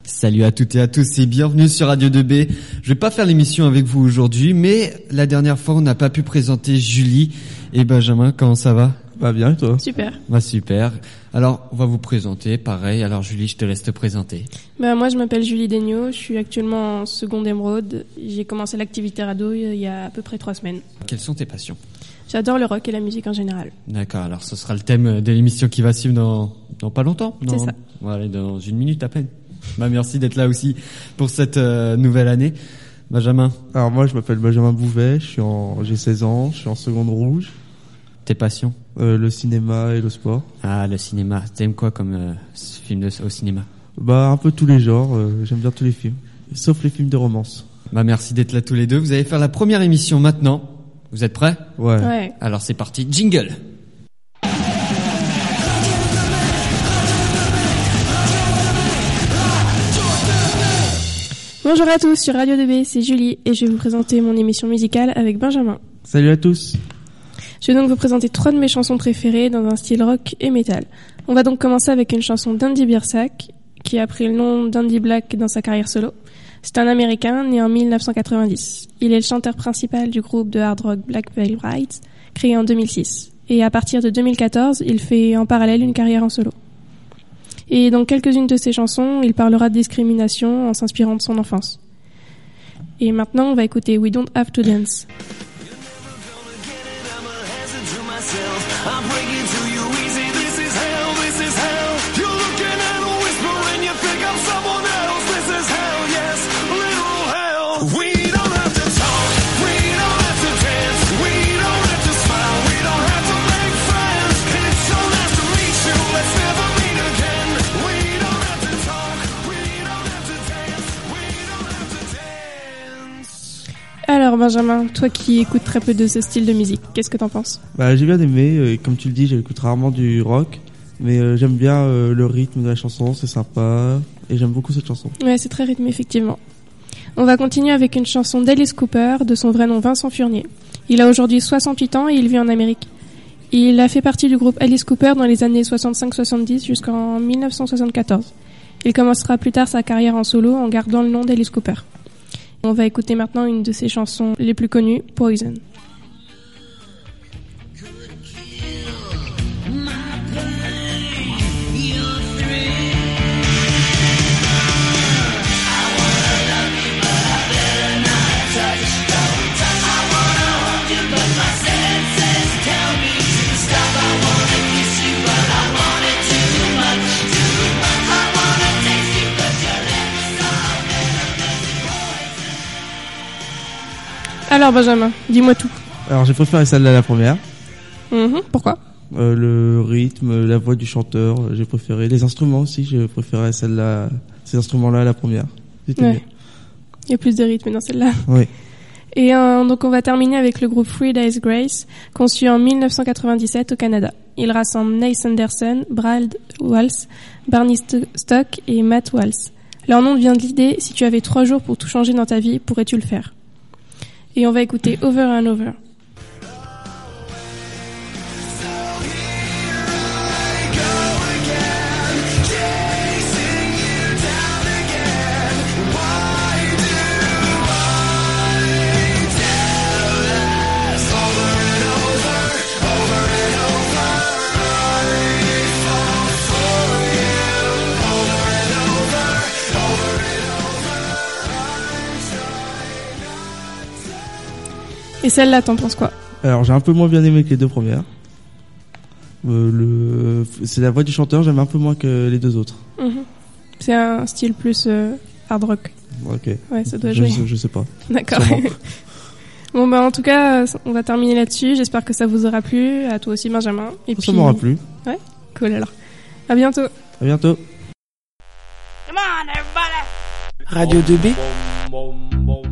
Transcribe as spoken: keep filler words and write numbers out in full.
Salut à toutes et à tous et bienvenue sur Radio deux B. Je vais pas faire l'émission avec vous aujourd'hui, mais la dernière fois on n'a pas pu présenter Julie et Benjamin. Comment ça va ? Bah bien et toi ? Super. Bah super. Alors on va vous présenter, pareil. Alors Julie, je te laisse te présenter. Bah moi je m'appelle Julie Degnaud, je suis actuellement en seconde émeraude. J'ai commencé l'activité radio il y a à peu près trois semaines. Quelles sont tes passions ? J'adore le rock et la musique en général. D'accord, alors ce sera le thème de l'émission qui va suivre dans, dans pas longtemps. Dans, C'est ça. Voilà, dans une minute à peine. Bah merci d'être là aussi pour cette euh, nouvelle année. Benjamin. Alors moi je m'appelle Benjamin Bouvet, je suis en, j'ai seize ans, je suis en seconde rouge. Tes passions ? euh, Le cinéma et le sport. Ah, le cinéma. T'aimes quoi comme euh, film de, au cinéma ? Bah un peu tous les genres, euh, j'aime bien tous les films, sauf les films de romance. Bah merci d'être là tous les deux. Vous allez faire la première émission maintenant. Vous êtes prêts ? Ouais. Ouais. Alors c'est parti, jingle. Bonjour à tous sur Radio deux B, c'est Julie et je vais vous présenter mon émission musicale avec Benjamin. Salut à tous. Je vais donc vous présenter trois de mes chansons préférées dans un style rock et metal. On va donc commencer avec une chanson d'Andy Biersack, qui a pris le nom d'Andy Black dans sa carrière solo. C'est un Américain né en dix-neuf cent quatre-vingt-dix. Il est le chanteur principal du groupe de hard rock Black Veil Brides, créé en deux mille six. Et à partir de deux mille quatorze, il fait en parallèle une carrière en solo. Et dans quelques-unes de ses chansons, il parlera de discrimination en s'inspirant de son enfance. Et maintenant, on va écouter We Don't Have to Dance. Alors Benjamin, toi qui écoutes très peu de ce style de musique, qu'est-ce que t'en penses ? Bah j'ai bien aimé, euh, comme tu le dis, j'écoute rarement du rock, mais euh, j'aime bien euh, le rythme de la chanson, c'est sympa, et j'aime beaucoup cette chanson. Ouais, c'est très rythmé effectivement. On va continuer avec une chanson d'Alice Cooper, de son vrai nom Vincent Furnier. Il a aujourd'hui soixante-huit ans et il vit en Amérique. Il a fait partie du groupe Alice Cooper dans les années soixante-cinq soixante-dix jusqu'en dix-neuf cent soixante-quatorze. Il commencera plus tard sa carrière en solo en gardant le nom d'Alice Cooper. On va écouter maintenant une de ses chansons les plus connues, Poison. Alors Benjamin, dis-moi tout. Alors j'ai préféré celle-là la première. Mmh, pourquoi ? Euh, le rythme, la voix du chanteur, euh, j'ai préféré. Les instruments aussi, j'ai préféré celle-là, ces instruments-là la première. C'était Ouais. mieux. Il y a plus de rythme dans celle-là. Oui. Et euh, donc on va terminer avec le groupe Three Days Grace, conçu en dix-neuf cent quatre-vingt-dix-sept au Canada. Il rassemble Nace Anderson, Brad Walsh, Barney St- Stock et Matt Walsh. Leur nom vient de l'idée, si tu avais trois jours pour tout changer dans ta vie, pourrais-tu le faire ? Et on va écouter Over and Over. Et celle-là, t'en penses quoi ? Alors j'ai un peu moins bien aimé que les deux premières. Euh, le, c'est la voix du chanteur, j'aime un peu moins que les deux autres. Mmh. C'est un style plus euh, hard rock. Ok. Ouais, ça doit Je, jouer. sais- je sais pas. D'accord. Sûrement. Bon bah en tout cas, on va terminer là-dessus. J'espère que ça vous aura plu, à toi aussi Benjamin. Et Ça puis... m'aura plu. Ouais, cool alors. À bientôt. À bientôt. Radio deux B.